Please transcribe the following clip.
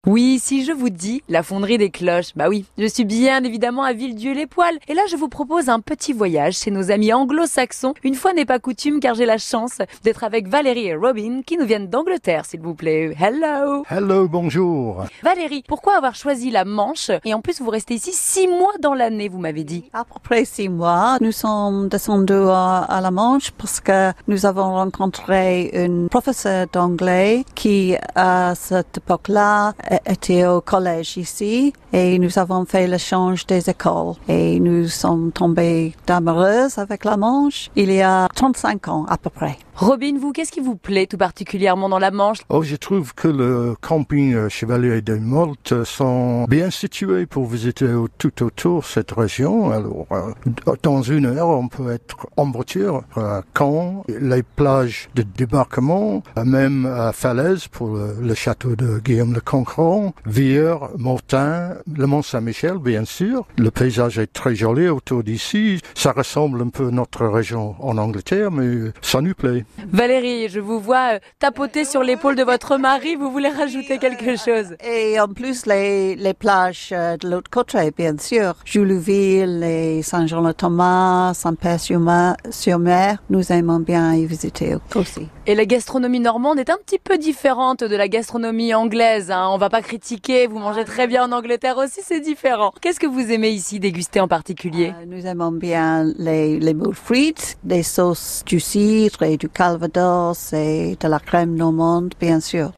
Oui, si je vous dis la fonderie des cloches, bah oui, je suis bien évidemment à Villedieu-les-Poêles. Et là, je vous propose un petit voyage chez nos amis anglo-saxons. Une fois n'est pas coutume car j'ai la chance d'être avec Valérie et Robin qui nous viennent d'Angleterre, s'il vous plaît. Hello! Hello, bonjour. Valérie, pourquoi avoir choisi la Manche? Et en plus, vous restez ici 6 mois dans l'année, vous m'avez dit. À peu près 6 mois, nous sommes descendus à la Manche parce que nous avons rencontré une professeure d'anglais qui, à cette époque-là, était au collège ici et nous avons fait l'échange des écoles et nous sommes tombés amoureuses avec la Manche il y a 35 ans à peu près. Robin, vous, qu'est-ce qui vous plaît tout particulièrement dans la Manche? Oh, je trouve que le camping Chevalier des Moltes sont bien situés pour visiter tout autour cette région. Alors, dans une heure, on peut être en voiture à Caen, les plages de débarquement, même à Falaise pour le château de Guillaume-le-Conquérant, Vire, Mortain, le Mont-Saint-Michel, bien sûr. Le paysage est très joli autour d'ici. Ça ressemble un peu à notre région en Angleterre, mais ça nous plaît. Valérie, je vous vois tapoter sur l'épaule de votre mari, vous voulez rajouter quelque chose? Et en plus, les plages de l'autre côté, bien sûr. Jullouville et Saint-Jean-le-Thomas, Saint-Père-sur-Mer, nous aimons bien y visiter aussi. Et la gastronomie normande est un petit peu différente de la gastronomie anglaise, hein. On va pas critiquer, vous mangez très bien en Angleterre aussi, c'est différent. Qu'est-ce que vous aimez ici déguster en particulier? Nous aimons bien les moules frites, des sauces du cidre et du calvados et de la crème normande, bien sûr.